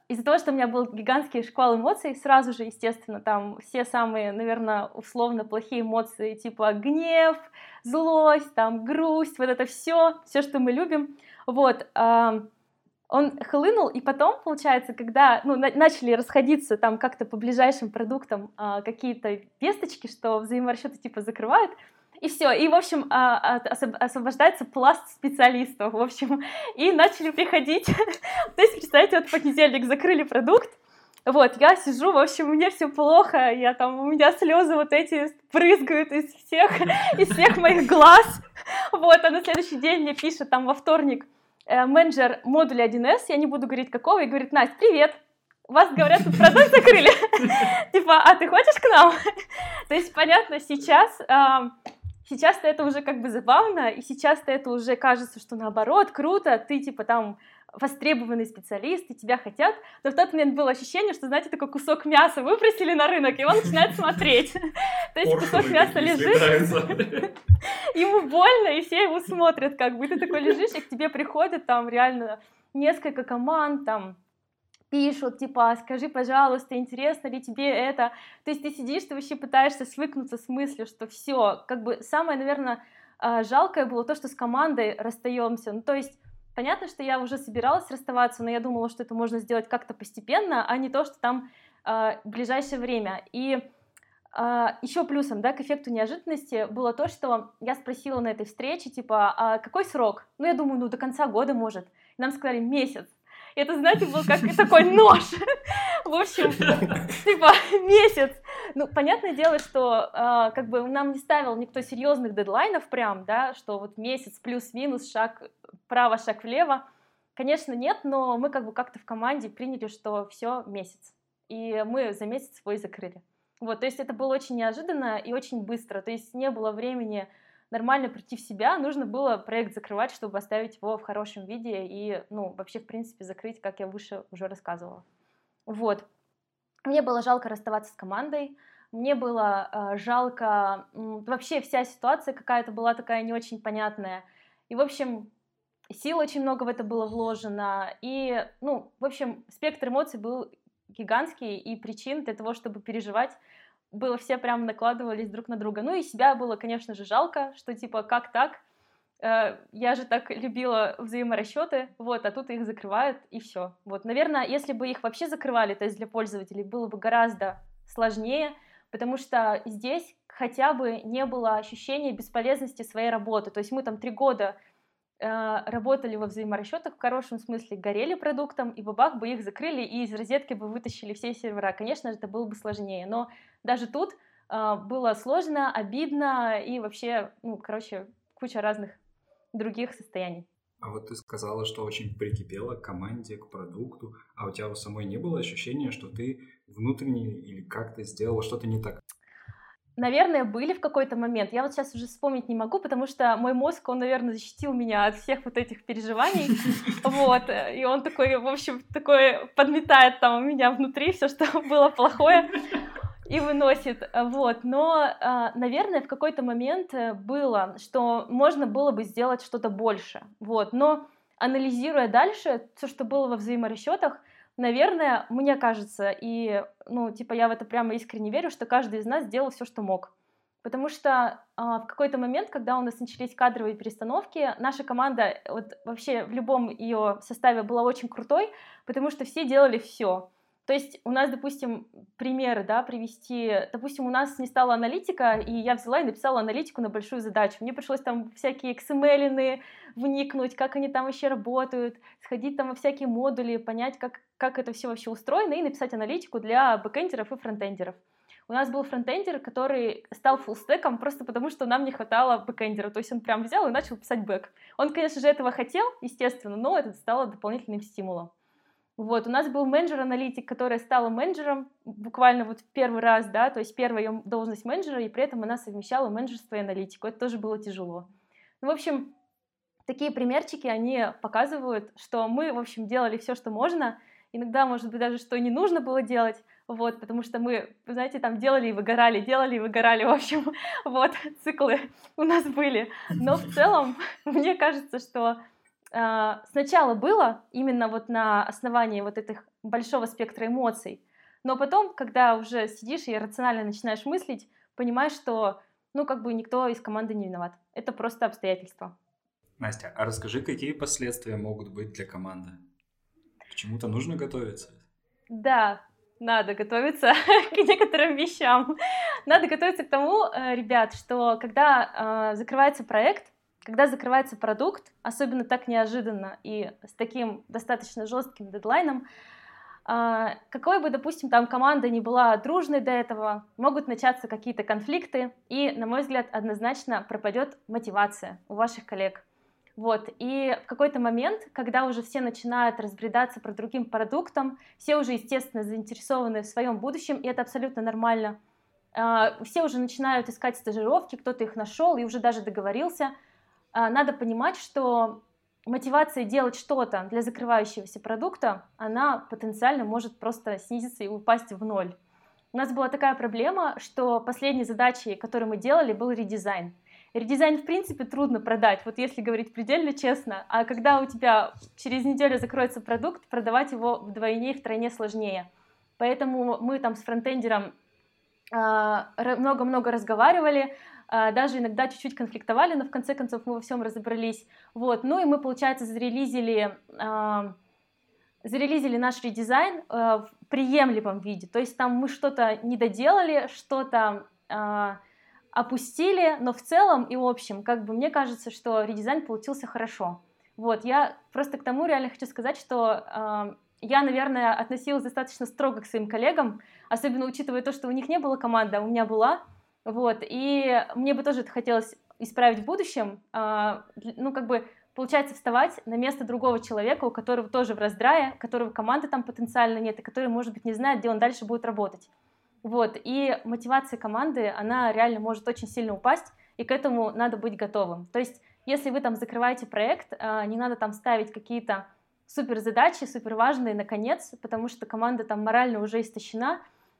из-за того, что у меня был гигантский шквал эмоций, сразу же, естественно, там все самые, наверное, условно плохие эмоции, типа гнев, злость, там, грусть, вот это все, все, что мы любим, вот, э, он хлынул, и потом, получается, когда, ну, на- начали расходиться там как-то по ближайшим продуктам э, какие-то весточки, что взаиморасчеты типа закрывают, и все, и, в общем, а, от- особ- освобождается пласт специалистов, в общем, и начали приходить. То есть, представьте, вот в понедельник закрыли продукт, вот, я сижу, в общем, мне все плохо, я там, у меня слезы вот эти брызгают из всех, из всех моих глаз, вот, а на следующий день мне пишет там во вторник э, менеджер модуля один эс, я не буду говорить какого, и говорит: Настя, привет, вас, говорят, тут продукт закрыли, типа, а ты хочешь к нам? То есть, понятно, сейчас... ам, Сейчас-то это уже как бы забавно, и сейчас-то это уже кажется, что наоборот, круто, ты типа там востребованный специалист, и тебя хотят, но в тот момент было ощущение, что, знаете, такой кусок мяса выбросили на рынок, и он начинает смотреть. То есть кусок мяса лежит, ему больно, и все его смотрят, как бы, ты такой лежишь, и к тебе приходят там реально несколько команд, там, пишут, типа, скажи, пожалуйста, интересно ли тебе это? То есть ты сидишь, ты вообще пытаешься свыкнуться с мыслью, что все, как бы самое, наверное, а, жалкое было то, что с командой расстаемся. Ну, то есть понятно, что я уже собиралась расставаться, но я думала, что это можно сделать как-то постепенно, а не то, что там а, в ближайшее время. И а, еще плюсом, да, к эффекту неожиданности было то, что я спросила на этой встрече, типа, а какой срок? Ну, я думаю, ну, до конца года, может. И нам сказали месяц. И это, знаете, был как такой нож. В общем, типа месяц. Ну, понятное дело, что э, как бы нам не ставил никто серьезных дедлайнов прям, да, что вот месяц плюс-минус, шаг вправо, шаг влево. Конечно, нет, но мы как бы как-то в команде приняли, что все, месяц. И мы за месяц свой закрыли. Вот, то есть это было очень неожиданно и очень быстро. То есть не было времени нормально прийти в себя, нужно было проект закрывать, чтобы оставить его в хорошем виде и, ну, вообще, в принципе, закрыть, как я выше уже рассказывала. Вот. Мне было жалко расставаться с командой, мне было э, жалко... м, вообще вся ситуация какая-то была такая не очень понятная. И, в общем, сил очень много в это было вложено. И, ну, в общем, спектр эмоций был гигантский, и причин для того, чтобы переживать, было, все прям накладывались друг на друга. Ну и себя было, конечно же, жалко, что типа, как так? Э, Я же так любила взаиморасчеты, вот, а тут их закрывают, и все. Вот, наверное, если бы их вообще закрывали, то есть для пользователей, было бы гораздо сложнее, потому что здесь хотя бы не было ощущения бесполезности своей работы. То есть мы там три года э, работали во взаиморасчетах, в хорошем смысле горели продуктом, и бабах бы их закрыли, и из розетки бы вытащили все сервера. Конечно же, это было бы сложнее, но даже тут э, было сложно, обидно, и вообще, ну, короче, куча разных других состояний. А вот ты сказала, что очень прикипела к команде, к продукту, а у тебя у самой не было ощущения, что ты внутренне или как-то сделала что-то не так? Наверное, были в какой-то момент. Я вот сейчас уже вспомнить не могу, потому что мой мозг, он, наверное, защитил меня от всех вот этих переживаний. Вот. И он такой, в общем, такой подметает там у меня внутри все, что было плохое, и выносит. Вот. Но, наверное, в какой-то момент было, что можно было бы сделать что-то больше. Вот. Но анализируя дальше все, что было во взаиморасчетах, наверное, мне кажется, и, ну, типа, я в это прямо искренне верю, что каждый из нас сделал все, что мог. Потому что а, в какой-то момент, когда у нас начались кадровые перестановки, наша команда вот, вообще в любом ее составе была очень крутой, потому что все делали все. То есть у нас, допустим, примеры, да, привести, допустим, у нас не стало аналитика, и я взяла и написала аналитику на большую задачу. Мне пришлось там всякие икс эм эль вникнуть, как они там вообще работают, сходить там во всякие модули, понять, как, как это все вообще устроено, и написать аналитику для бэкэндеров и фронтендеров. У нас был фронтендер, который стал фуллстеком просто потому, что нам не хватало бэкэндера. То есть он прям взял и начал писать бэк. Он, конечно же, этого хотел, естественно, но это стало дополнительным стимулом. Вот, у нас был менеджер-аналитик, которая стала менеджером буквально вот в первый раз, да, то есть первая ее должность менеджера, и при этом она совмещала менеджерство и аналитику. Это тоже было тяжело. Ну, в общем, такие примерчики, они показывают, что мы, в общем, делали все, что можно, иногда, может быть, даже что не нужно было делать, вот, потому что мы, знаете, там делали и выгорали, делали и выгорали, в общем, вот, циклы у нас были. Но в целом, мне кажется, что а, сначала было именно вот на основании вот этих большого спектра эмоций, но потом, когда уже сидишь и рационально начинаешь мыслить, понимаешь, что, ну, как бы никто из команды не виноват. Это просто обстоятельства. Настя, а расскажи, какие последствия могут быть для команды? К чему-то нужно готовиться? Да, надо готовиться к некоторым вещам. Надо готовиться к тому, э, ребят, что когда э, закрывается проект, когда закрывается продукт, особенно так неожиданно и с таким достаточно жестким дедлайном, э, какой бы, допустим, там команда не была дружной до этого, могут начаться какие-то конфликты, и, на мой взгляд, однозначно пропадет мотивация у ваших коллег. Вот, и в какой-то момент, когда уже все начинают разбредаться про другим продуктам, все уже, естественно, заинтересованы в своем будущем, и это абсолютно нормально. Все уже начинают искать стажировки, кто-то их нашел и уже даже договорился. Надо понимать, что мотивация делать что-то для закрывающегося продукта, она потенциально может просто снизиться и упасть в ноль. У нас была такая проблема, что последней задачей, которую мы делали, был редизайн. Редизайн, в принципе, трудно продать, вот если говорить предельно честно, а когда у тебя через неделю закроется продукт, продавать его вдвойне и втройне сложнее. Поэтому мы там с фронтендером много-много разговаривали, даже иногда чуть-чуть конфликтовали, но в конце концов мы во всем разобрались. Вот. Ну и мы, получается, зарелизили, зарелизили наш редизайн в приемлемом виде, то есть там мы что-то не доделали, что-то опустили, но в целом и в общем, как бы мне кажется, что редизайн получился хорошо. Вот, я просто к тому реально хочу сказать, что э, я, наверное, относилась достаточно строго к своим коллегам, особенно учитывая то, что у них не было команды, а у меня была. Вот, и мне бы тоже это хотелось исправить в будущем. Э, ну, как бы, получается, вставать на место другого человека, у которого тоже в раздрае, у которого команды там потенциально нет, и который, может быть, не знает, где он дальше будет работать. Вот, и мотивация команды, она реально может очень сильно упасть, и к этому надо быть готовым. То есть, если вы там закрываете проект, не надо там ставить какие-то суперзадачи, суперважные наконец, потому что команда там морально уже истощена,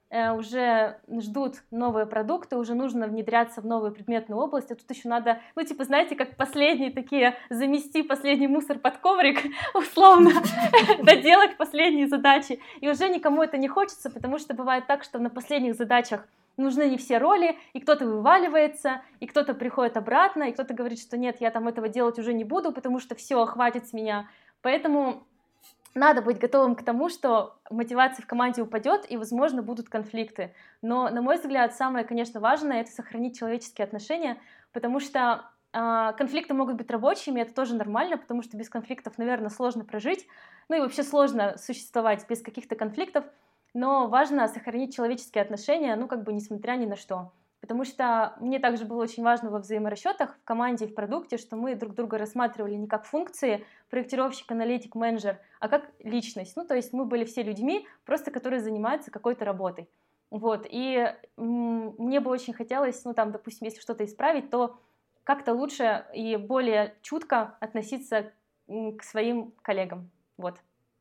уже ждут новые продукты, уже нужно внедряться в новую предметную область, а тут еще надо, ну, типа, знаете, как последние такие, замести последний мусор под коврик, условно, доделать последние задачи, и уже никому это не хочется, потому что бывает так, что на последних задачах нужны не все роли, и кто-то вываливается, и кто-то приходит обратно, и кто-то говорит, что нет, я там этого делать уже не буду, потому что все, хватит с меня, поэтому... Надо быть готовым к тому, что мотивация в команде упадет и, возможно, будут конфликты. Но, на мой взгляд, самое, конечно, важное — это сохранить человеческие отношения, потому что э, конфликты могут быть рабочими, это тоже нормально, потому что без конфликтов, наверное, сложно прожить, ну и вообще сложно существовать без каких-то конфликтов, но важно сохранить человеческие отношения, ну как бы несмотря ни на что. Потому что мне также было очень важно во взаиморасчетах в команде и в продукте, что мы друг друга рассматривали не как функции проектировщик, аналитик, менеджер, а как личность. Ну, то есть мы были все людьми, просто которые занимаются какой-то работой. Вот. И м- мне бы очень хотелось, ну, там, допустим, если что-то исправить, то как-то лучше и более чутко относиться к своим коллегам. Вот.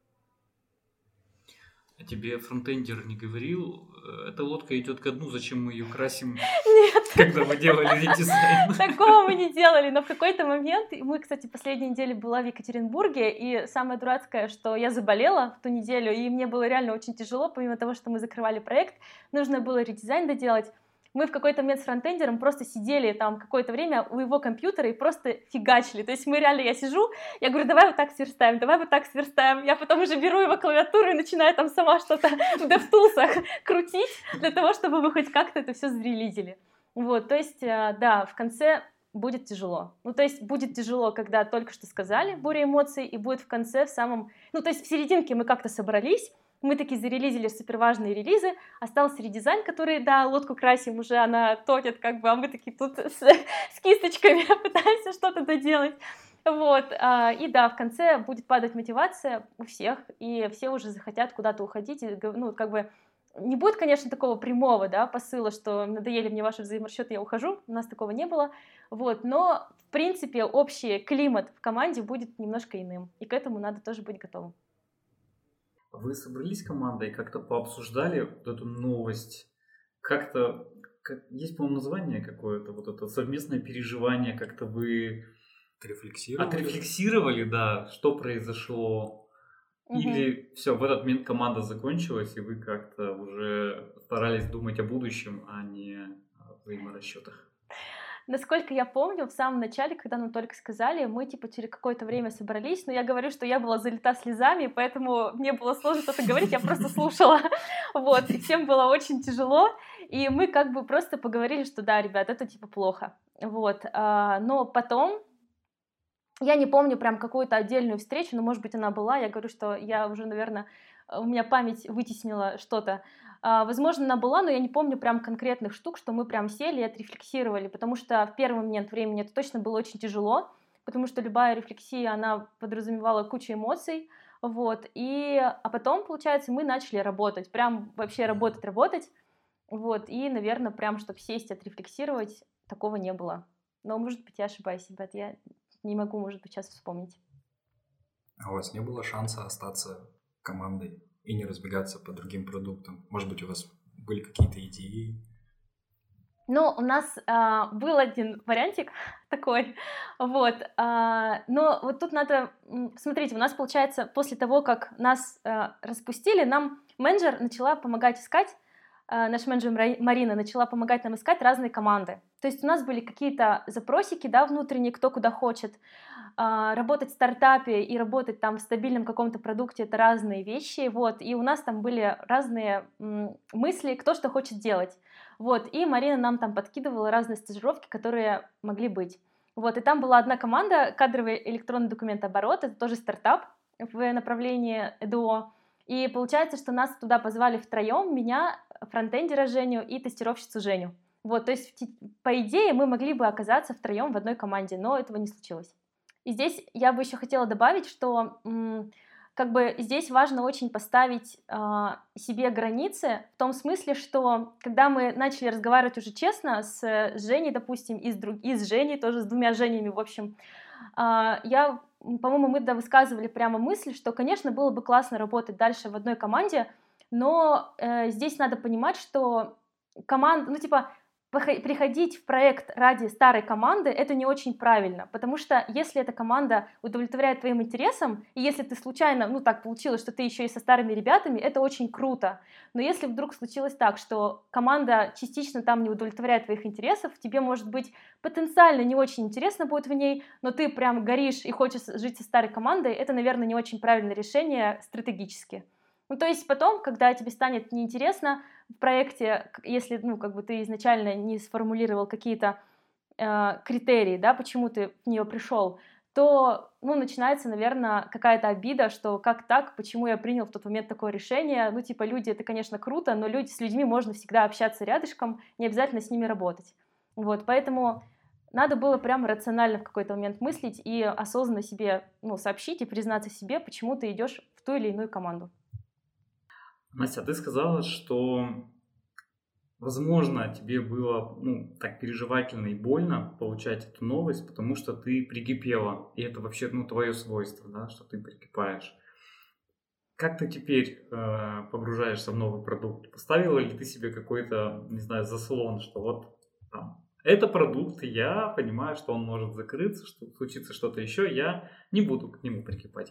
А тебе фронтендер не говорил, эта лодка идет ко дну, зачем мы ее красим, Нет. Когда мы делали редизайн? Такого мы не делали, но в какой-то момент, мы, кстати, последнюю неделю была в Екатеринбурге, и самое дурацкое, что я заболела в ту неделю, и мне было реально очень тяжело, помимо того, что мы закрывали проект, нужно было редизайн доделать. Мы в какой-то момент с фронтендером просто сидели там какое-то время у его компьютера и просто фигачили. То есть мы реально, я сижу, я говорю, давай вот так сверстаем, давай вот так сверстаем. Я потом уже беру его клавиатуру и начинаю там сама что-то в DevTools крутить для того, чтобы мы хоть как-то это все зарелизили. Вот, то есть, да, в конце будет тяжело. Ну, то есть будет тяжело, когда только что сказали, буря эмоций, и будет в конце, в самом... Ну, то есть в серединке мы как-то собрались, мы таки зарелизили суперважные релизы, остался редизайн, который, да, лодку красим, уже она тонет, как бы, а мы такие тут с, с кисточками пытаемся что-то доделать. Вот, и да, в конце будет падать мотивация у всех, и все уже захотят куда-то уходить, и, ну, как бы, не будет, конечно, такого прямого, да, посыла, что надоели мне ваши взаиморасчеты, я ухожу, у нас такого не было, вот, но, в принципе, общий климат в команде будет немножко иным, и к этому надо тоже быть готовым. Вы собрались командой, как-то пообсуждали вот эту новость, как-то, как, есть, по-моему, название какое-то, вот это совместное переживание, как-то вы Отрефлексировали? Отрефлексировали, да, что произошло. Мгм. Или все, в этот момент команда закончилась, и вы как-то уже старались думать о будущем, а не о взаиморасчетах. Насколько я помню, в самом начале, когда нам только сказали, мы типа через какое-то время собрались, но я говорю, что я была залита слезами, поэтому мне было сложно что-то говорить, я просто слушала, вот, и всем было очень тяжело, и мы как бы просто поговорили, что да, ребят, это типа плохо, вот, а, но потом, я не помню прям какую-то отдельную встречу, но, может быть, она была, я говорю, что я уже, наверное, у меня память вытеснила что-то. А, Возможно, она была, но я не помню прям конкретных штук, что мы прям сели и отрефлексировали, потому что в первый момент времени это точно было очень тяжело, потому что любая рефлексия, она подразумевала кучу эмоций, вот, и, а потом, получается, мы начали работать, прям вообще работать-работать, вот, и, наверное, прям, чтобы сесть, отрефлексировать, такого не было. Но, может быть, я ошибаюсь, ребят, я не могу, может быть, сейчас вспомнить. А у вас не было шанса остаться командой и не разбегаться по другим продуктам? Может быть, у вас были какие-то идеи? Ну, у нас а, был один вариантик такой, вот, а, но вот тут надо, м, смотрите, у нас получается после того, как нас а, распустили, нам менеджер начала помогать искать, а, наш менеджер Мра- Марина начала помогать нам искать разные команды. То есть у нас были какие-то запросики, да, внутренние, кто куда хочет. А, работать в стартапе и работать там в стабильном каком-то продукте — это разные вещи, вот, и у нас там были разные м, мысли, кто что хочет делать. Вот, и Марина нам там подкидывала разные стажировки, которые могли быть. Вот, и там была одна команда, кадровый электронный документооборот, это тоже стартап в направлении ЭДО. И получается, что нас туда позвали втроем, меня, фронтендера Женю и тестировщицу Женю. Вот, то есть, в те- по идее, мы могли бы оказаться втроем в одной команде, но этого не случилось. И здесь я бы еще хотела добавить, что м, как бы здесь важно очень поставить а, себе границы в том смысле, что когда мы начали разговаривать уже честно с Женей, допустим, и с, друг... и с Женей, тоже с двумя Женями, в общем, а, я, м, по-моему, мы тогда высказывали прямо мысль, что, конечно, было бы классно работать дальше в одной команде, но э, здесь надо понимать, что команда, ну, типа, похо- приходить в проект ради старой команды — это не очень правильно, потому что если эта команда удовлетворяет твоим интересам, и если ты случайно, ну, так получилось, что ты еще и со старыми ребятами, это очень круто. Но если вдруг случилось так, что команда частично там не удовлетворяет твоих интересов, тебе, может быть, потенциально не очень интересно будет в ней, но ты прям горишь и хочешь жить со старой командой, это, наверное, не очень правильное решение стратегически. Ну, то есть потом, когда тебе станет неинтересно в проекте, к- если, ну, как бы ты изначально не сформулировал какие-то э, критерии, да, почему ты в нее пришел, то, ну, начинается, наверное, какая-то обида, что как так, почему я принял в тот момент такое решение. Ну, типа, люди — это, конечно, круто, но люди, с людьми можно всегда общаться рядышком, не обязательно с ними работать. Вот, поэтому надо было прям рационально в какой-то момент мыслить и осознанно себе, ну, сообщить и признаться себе, почему ты идешь в ту или иную команду. Настя, ты сказала, что, возможно, тебе было, ну, так переживательно и больно получать эту новость, потому что ты прикипела, и это вообще, ну, твое свойство, да, что ты прикипаешь. Как ты теперь э, погружаешься в новый продукт? Поставила ли ты себе какой-то, не знаю, заслон, что вот там, это продукт, и я понимаю, что он может закрыться, что случится что-то еще, я не буду к нему прикипать.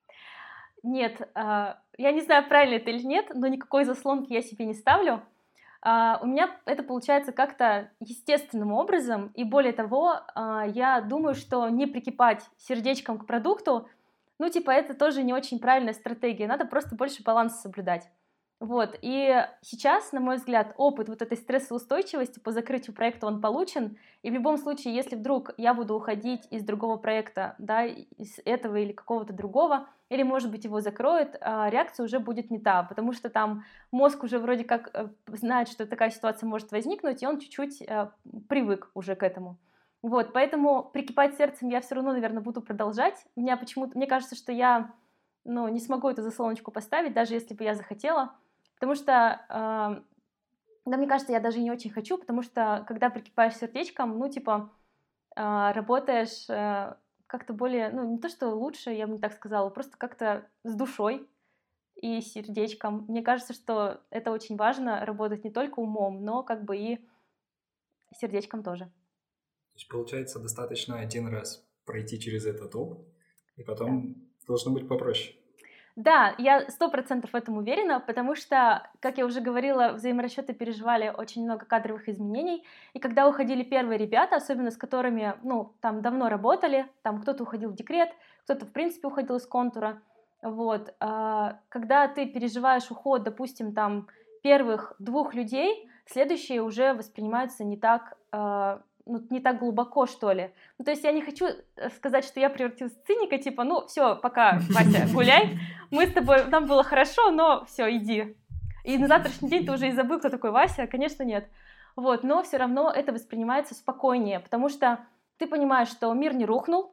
Нет, а, я не знаю, правильно это или нет, но никакой заслонки я себе не ставлю. А, У меня это получается как-то естественным образом, и более того, а, я думаю, что не прикипать сердечком к продукту, ну, типа, это тоже не очень правильная стратегия, надо просто больше баланса соблюдать. Вот, и сейчас, на мой взгляд, опыт вот этой стрессоустойчивости по закрытию проекта, он получен, и в любом случае, если вдруг я буду уходить из другого проекта, да, из этого или какого-то другого, или, может быть, его закроют, а, реакция уже будет не та, потому что там мозг уже вроде как э, знает, что такая ситуация может возникнуть, и он чуть-чуть э, привык уже к этому. Вот, поэтому прикипать сердцем я все равно, наверное, буду продолжать. Меня почему-то, мне кажется, что я, ну, не смогу эту заслоночку поставить, даже если бы я захотела, потому что, э, да, мне кажется, я даже не очень хочу, потому что, когда прикипаешь сердечком, ну, типа, а, работаешь э, как-то более, ну, не то, что лучше, я бы не так сказала, просто как-то с душой и сердечком. Мне кажется, что это очень важно, работать не только умом, но как бы и сердечком тоже. То есть, получается, достаточно один раз пройти через этот опыт, и потом да. должно быть попроще. Да, я сто процентов в этом уверена, потому что, как я уже говорила, взаиморасчеты переживали очень много кадровых изменений, и когда уходили первые ребята, особенно с которыми, ну, там давно работали, там кто-то уходил в декрет, кто-то, в принципе, уходил из контура, вот, а, когда ты переживаешь уход, допустим, там, первых двух людей, следующие уже воспринимаются не так, а, ну, не так глубоко, что ли. Ну, то есть я не хочу сказать, что я превратилась в циника, типа, ну, все, пока, Вася, гуляй, мы с тобой, нам было хорошо, но все, иди. И на завтрашний день ты уже и забыл, кто такой Вася, конечно, нет. Вот, но все равно это воспринимается спокойнее, потому что ты понимаешь, что мир не рухнул,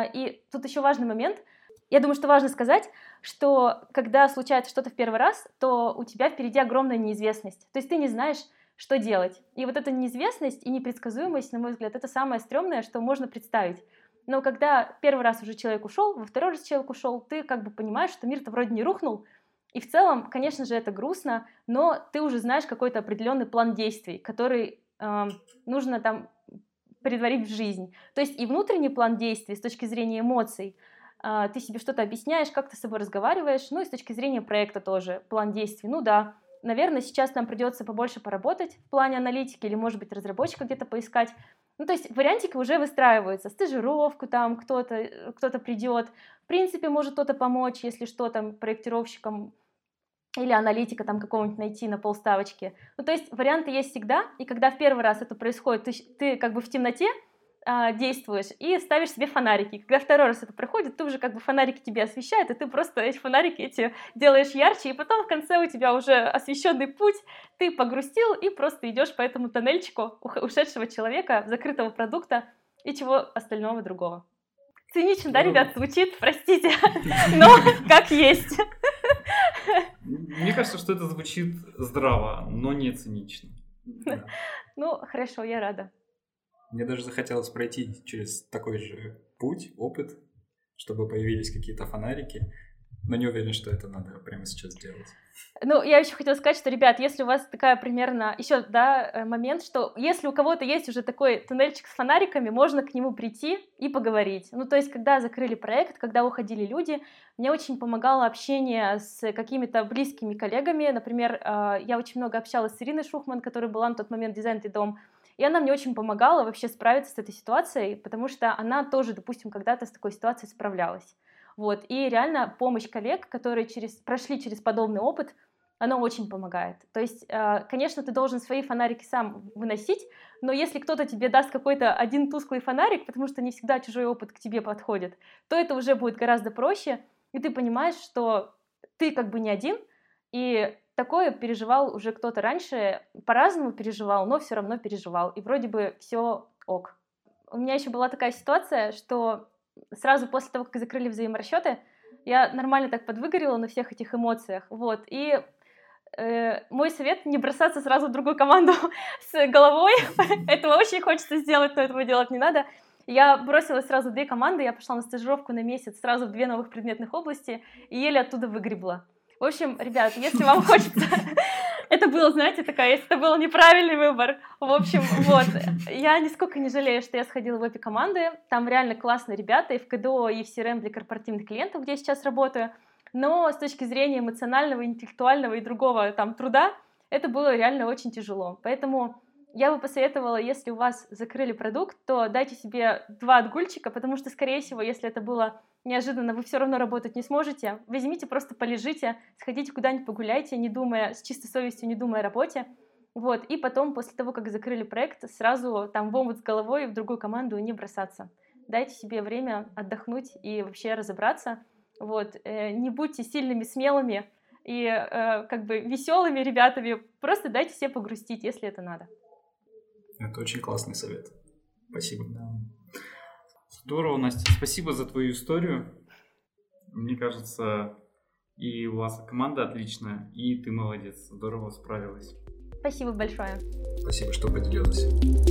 и тут еще важный момент. Я думаю, что важно сказать, что когда случается что-то в первый раз, то у тебя впереди огромная неизвестность. То есть ты не знаешь, что делать. И вот эта неизвестность и непредсказуемость, на мой взгляд, это самое стрёмное, что можно представить. Но когда первый раз уже человек ушел, во второй раз человек ушел, ты как бы понимаешь, что мир-то вроде не рухнул. И в целом, конечно же, это грустно, но ты уже знаешь какой-то определенный план действий, который э, нужно там претворить в жизнь. То есть и внутренний план действий с точки зрения эмоций, э, ты себе что-то объясняешь, как ты с собой разговариваешь, ну и с точки зрения проекта тоже, план действий. Ну да, наверное, сейчас нам придется побольше поработать в плане аналитики или, может быть, разработчика где-то поискать. Ну, то есть вариантики уже выстраиваются, стажировку там кто-то, кто-то придет. В принципе, может кто-то помочь, если что, там, проектировщикам или аналитика там какого-нибудь найти на полставочки. Ну, то есть варианты есть всегда, и когда в первый раз это происходит, ты, ты как бы в темноте а, действуешь и ставишь себе фонарики. Когда второй раз это проходит, ты уже как бы фонарики тебе освещают, и ты просто эти фонарики эти делаешь ярче, и потом в конце у тебя уже освещенный путь, ты погрустил и просто идешь по этому тоннельчику ушедшего человека, закрытого продукта и чего остального другого. Цинично, да, ребят, звучит, простите, но как есть. Мне кажется, что это звучит здраво, но не цинично. Да. Ну, хорошо, я рада. Мне даже захотелось пройти через такой же путь, опыт, чтобы появились какие-то фонарики, но не уверен, что это надо прямо сейчас делать. Ну, я еще хотела сказать, что, ребят, если у вас такая примерно... Еще, да, момент, что если у кого-то есть уже такой туннельчик с фонариками, можно к нему прийти и поговорить. Ну, то есть, когда закрыли проект, когда уходили люди, мне очень помогало общение с какими-то близкими коллегами. Например, я очень много общалась с Ириной Шухман, которая была на тот момент дизайн-лидом, и она мне очень помогала вообще справиться с этой ситуацией, потому что она тоже, допустим, когда-то с такой ситуацией справлялась. Вот. И реально помощь коллег, которые через, прошли через подобный опыт, она очень помогает. То есть, конечно, ты должен свои фонарики сам выносить, но если кто-то тебе даст какой-то один тусклый фонарик, потому что не всегда чужой опыт к тебе подходит, то это уже будет гораздо проще, и ты понимаешь, что ты как бы не один, и такое переживал уже кто-то раньше, по-разному переживал, но все равно переживал, и вроде бы все ок. У меня еще была такая ситуация, что сразу после того, как закрыли взаиморасчеты, я нормально так подвыгорела на всех этих эмоциях, вот, и э, мой совет — не бросаться сразу в другую команду с головой, этого очень хочется сделать, но этого делать не надо. Я бросилась сразу в две команды, я пошла на стажировку на месяц сразу в две новых предметных области и еле оттуда выгребла. В общем, ребят, если вам хочется... Это было, знаете, такая, если это был неправильный выбор. В общем, вот. Я нисколько не жалею, что я сходила в обе команды. Там реально классные ребята и в КДО, и в си эр эм для корпоративных клиентов, где я сейчас работаю. Но с точки зрения эмоционального, интеллектуального и другого там труда, это было реально очень тяжело. Поэтому я бы посоветовала, если у вас закрыли продукт, то дайте себе два отгульчика, потому что, скорее всего, если это было неожиданно, вы все равно работать не сможете. Возьмите, просто полежите, сходите куда-нибудь погуляйте, не думая, с чистой совестью, не думая о работе. Вот. И потом, после того, как закрыли проект, сразу там в омут с головой в другую команду не бросаться. Дайте себе время отдохнуть и вообще разобраться. Вот. Не будьте сильными, смелыми и как бы веселыми ребятами. Просто дайте себе погрустить, если это надо. Это очень классный совет. Спасибо. Здорово, Настя. Спасибо за твою историю. Мне кажется, и у вас команда отличная, и ты молодец. Здорово справилась. Спасибо большое. Спасибо, что поделилась.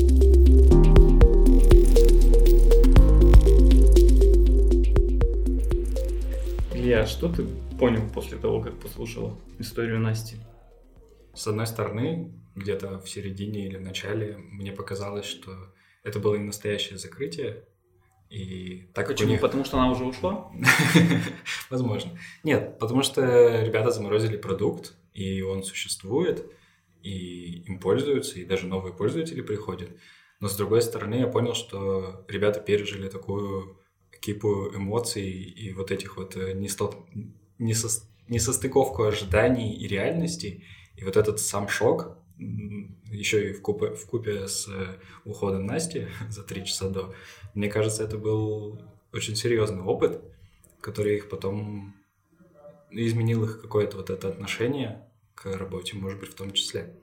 Илья, что ты понял после того, как послушал историю Насти? С одной стороны, где-то в середине или в начале мне показалось, что это было не настоящее закрытие, И так Почему? Них... Потому что она уже ушла? Возможно. Нет, потому что ребята заморозили продукт, и он существует, и им пользуются, и даже новые пользователи приходят. Но с другой стороны, я понял, что ребята пережили такую кипу эмоций и вот этих вот нестал... несо... несостыковку ожиданий и реальности, и вот этот сам шок, еще и в купе, в купе с уходом Насти за три часа до, мне кажется, это был очень серьезный опыт, который их потом изменил их какое-то вот это отношение к работе, может быть, в том числе.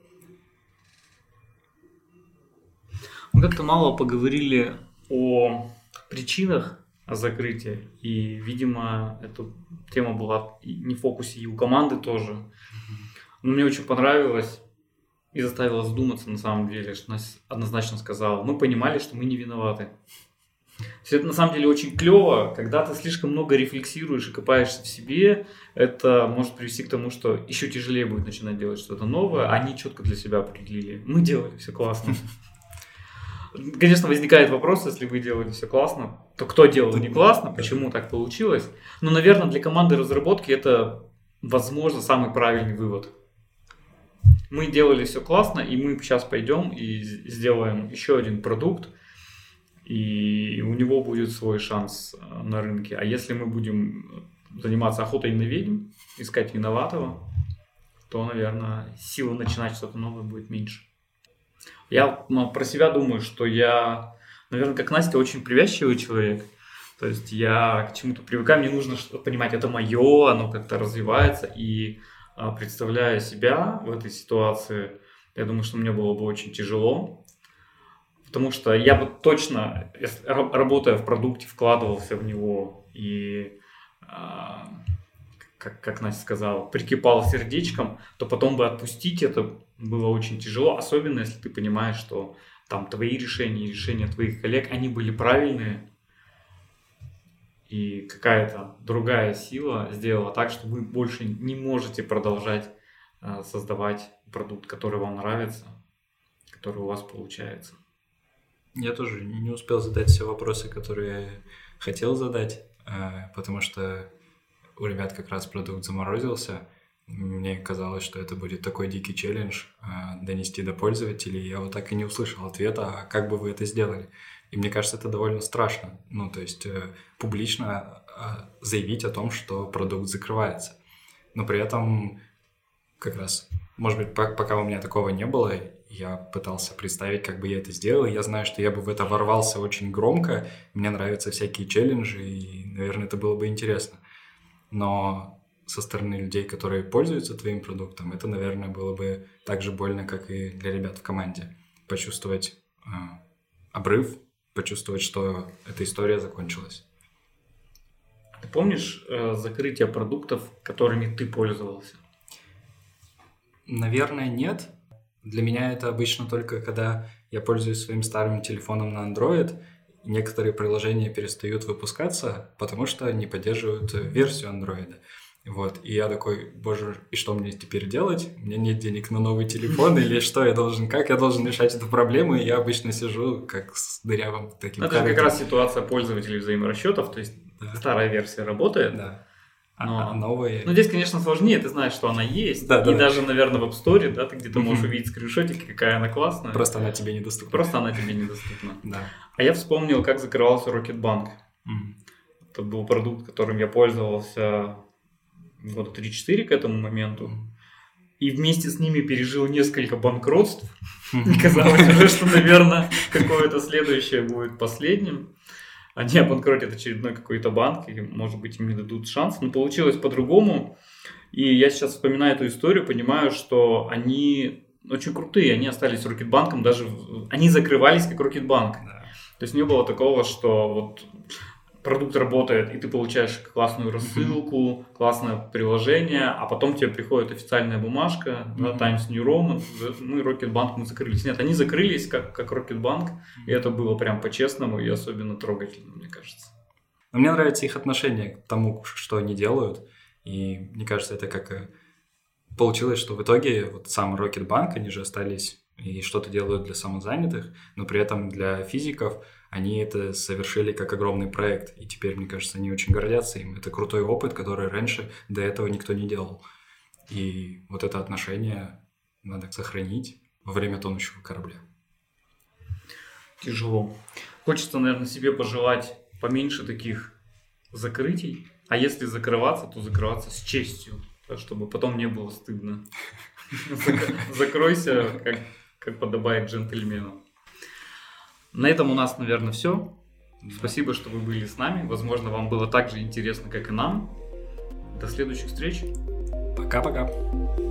Мы как-то мало поговорили о причинах закрытия, и, видимо, эта тема была не в фокусе и у команды тоже. Но мне очень понравилось и заставило задуматься на самом деле, что Настя однозначно сказала, мы понимали, что мы не виноваты. Все это на самом деле очень клево, когда ты слишком много рефлексируешь и копаешься в себе, это может привести к тому, что еще тяжелее будет начинать делать что-то новое, они четко для себя определили. Мы делали все классно. Конечно, возникает вопрос, если вы делали все классно, то кто делал не классно, почему так получилось? Но, наверное, для команды разработки это, возможно, самый правильный вывод. Мы делали все классно, и мы сейчас пойдем и сделаем еще один продукт, и у него будет свой шанс на рынке. А если мы будем заниматься охотой на ведьм, искать виноватого, то, наверное, сила начинать что-то новое будет меньше. Я про себя думаю, что я, наверное, как Настя, очень привязчивый человек. То есть я к чему-то привыкаю, мне нужно понимать, это мое, оно как-то развивается. И представляя себя в этой ситуации, я думаю, что мне было бы очень тяжело. Потому что я бы точно, работая в продукте, вкладывался в него и, как, как Настя сказала, прикипал сердечком, то потом бы отпустить это было очень тяжело, особенно если ты понимаешь, что там твои решения и решения твоих коллег, они были правильные, и какая-то другая сила сделала так, что вы больше не можете продолжать создавать продукт, который вам нравится, который у вас получается. Я тоже не успел задать все вопросы, которые хотел задать, потому что у ребят как раз продукт заморозился. Мне казалось, что это будет такой дикий челлендж донести до пользователей. Я вот так и не услышал ответа, а как бы вы это сделали? И мне кажется, это довольно страшно. Ну, то есть публично заявить о том, что продукт закрывается. Но при этом как раз, может быть, пока у меня такого не было, я пытался представить, как бы я это сделал. Я знаю, что я бы в это ворвался очень громко. Мне нравятся всякие челленджи, и, наверное, это было бы интересно. Но со стороны людей, которые пользуются твоим продуктом, это, наверное, было бы так же больно, как и для ребят в команде. Почувствовать э, обрыв, почувствовать, что эта история закончилась. Ты помнишь э, закрытие продуктов, которыми ты пользовался? Наверное, нет. Для меня это обычно только когда я пользуюсь своим старым телефоном на Android, и некоторые приложения перестают выпускаться, потому что не поддерживают версию Android. Вот. И я такой, боже, и что мне теперь делать? У меня нет денег на новый телефон, или что я должен, как я должен решать эту проблему? И я обычно сижу как с дырявым таким... Это же как раз ситуация пользователей взаиморасчетов, то есть да. Старая версия работает. Да. Но, а новые... но здесь, конечно, сложнее, ты знаешь, что она есть. Да, и да, даже, да. наверное, в App Store, да, ты где-то можешь увидеть скриншотики, какая она классная. Просто она тебе недоступна. Просто она тебе недоступна. Да. А я вспомнил, как закрывался Rocketbank. Mm-hmm. Это был продукт, которым я пользовался года три-четыре к этому моменту. Mm-hmm. И вместе с ними пережил несколько банкротств. Mm-hmm. И казалось уже, что, наверное, какое-то следующее будет последним. Они обанкротят очередной какой-то банк, и, может быть, им не дадут шанс. Но получилось по-другому. И я сейчас вспоминаю эту историю, понимаю, что они очень крутые. Они остались Рокетбанком, даже они закрывались как Рокетбанк. Да. То есть не было такого, что вот продукт работает, и ты получаешь классную рассылку, mm-hmm. классное приложение, а потом тебе приходит официальная бумажка, mm-hmm. да, Times New Roman, мы Рокетбанк, мы закрылись. Нет, они закрылись как, как Рокетбанк, mm-hmm. и это было прям по-честному и особенно трогательно, мне кажется. Но мне нравится их отношение к тому, что они делают, и мне кажется, это как получилось, что в итоге вот сам Рокетбанк, они же остались и что-то делают для самозанятых, но при этом для физиков они это совершили как огромный проект, и теперь, мне кажется, они очень гордятся им. Это крутой опыт, который раньше до этого никто не делал. И вот это отношение надо сохранить во время тонущего корабля. Тяжело. Хочется, наверное, себе пожелать поменьше таких закрытий, а если закрываться, то закрываться с честью, чтобы потом не было стыдно. Закройся, как, как подобает джентльмену. На этом у нас, наверное, все. Спасибо, что вы были с нами. Возможно, вам было так же интересно, как и нам. До следующих встреч. Пока-пока.